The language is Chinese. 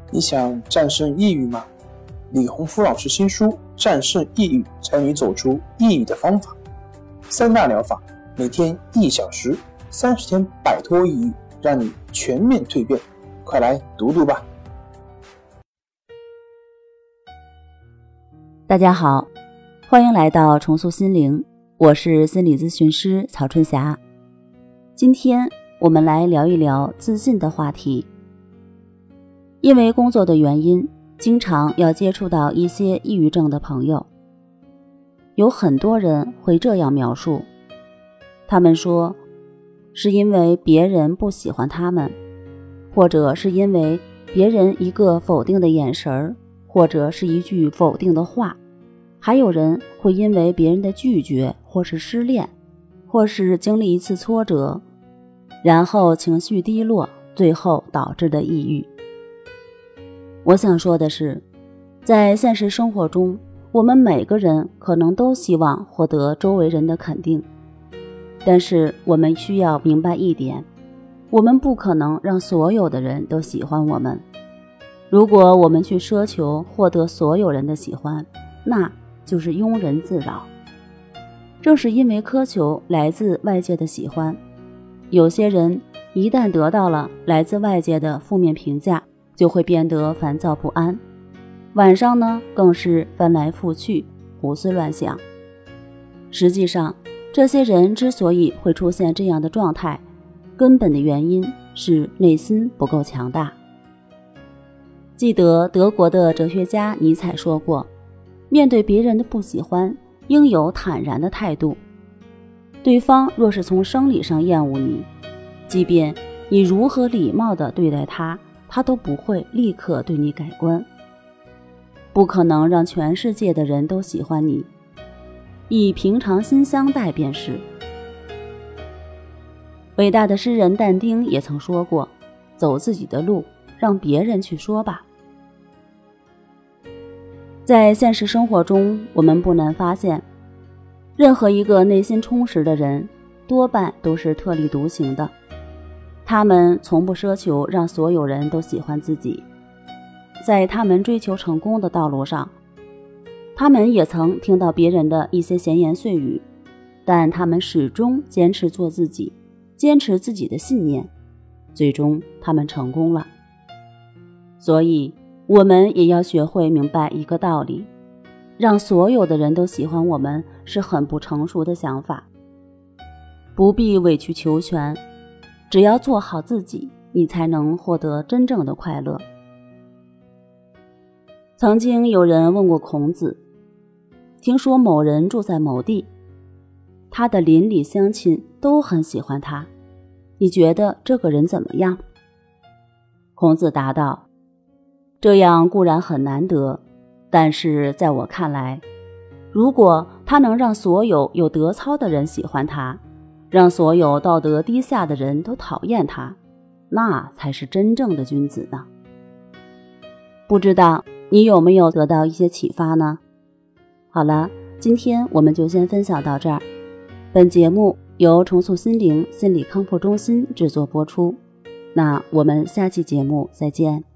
你想战胜抑郁吗？李洪福老师新书《战胜抑郁，教你走出抑郁的方法》，3大疗法，每天1小时，30天摆脱抑郁，让你全面蜕变。快来读读吧。 大家好，欢迎来到重塑心灵，我是心理咨询师曹春霞。今天我们来聊一聊自信的话题。因为工作的原因，经常要接触到一些抑郁症的朋友。有很多人会这样描述，他们说是因为别人不喜欢他们，或者是因为别人一个否定的眼神，或者是一句否定的话，还有人会因为别人的拒绝，或是失恋，或是经历一次挫折，然后情绪低落，最后导致的抑郁。我想说的是，在现实生活中，我们每个人可能都希望获得周围人的肯定，但是我们需要明白一点，我们不可能让所有的人都喜欢我们。如果我们去奢求获得所有人的喜欢，那就是庸人自扰。正是因为苛求来自外界的喜欢，有些人一旦得到了来自外界的负面评价，就会变得烦躁不安，晚上呢更是翻来覆去，胡思乱想。实际上，这些人之所以会出现这样的状态，根本的原因是内心不够强大。记得德国的哲学家尼采说过，面对别人的不喜欢，应有坦然的态度。对方若是从生理上厌恶你，即便你如何礼貌地对待他都不会立刻对你改观。不可能让全世界的人都喜欢你，以平常心相待便是。伟大的诗人但丁也曾说过，走自己的路，让别人去说吧。在现实生活中，我们不难发现，任何一个内心充实的人，多半都是特立独行的。他们从不奢求让所有人都喜欢自己，在他们追求成功的道路上，他们也曾听到别人的一些闲言碎语，但他们始终坚持做自己，坚持自己的信念，最终他们成功了。所以我们也要学会明白一个道理，让所有的人都喜欢我们是很不成熟的想法。不必委曲求全，只要做好自己，你才能获得真正的快乐。曾经有人问过孔子，听说某人住在某地，他的邻里乡亲都很喜欢他，你觉得这个人怎么样？孔子答道，这样固然很难得，但是在我看来，如果他能让所有有德操的人喜欢他，让所有道德低下的人都讨厌他，那才是真正的君子呢。不知道你有没有得到一些启发呢？好了，今天我们就先分享到这儿。本节目由重塑心灵心理康复中心制作播出，那我们下期节目再见。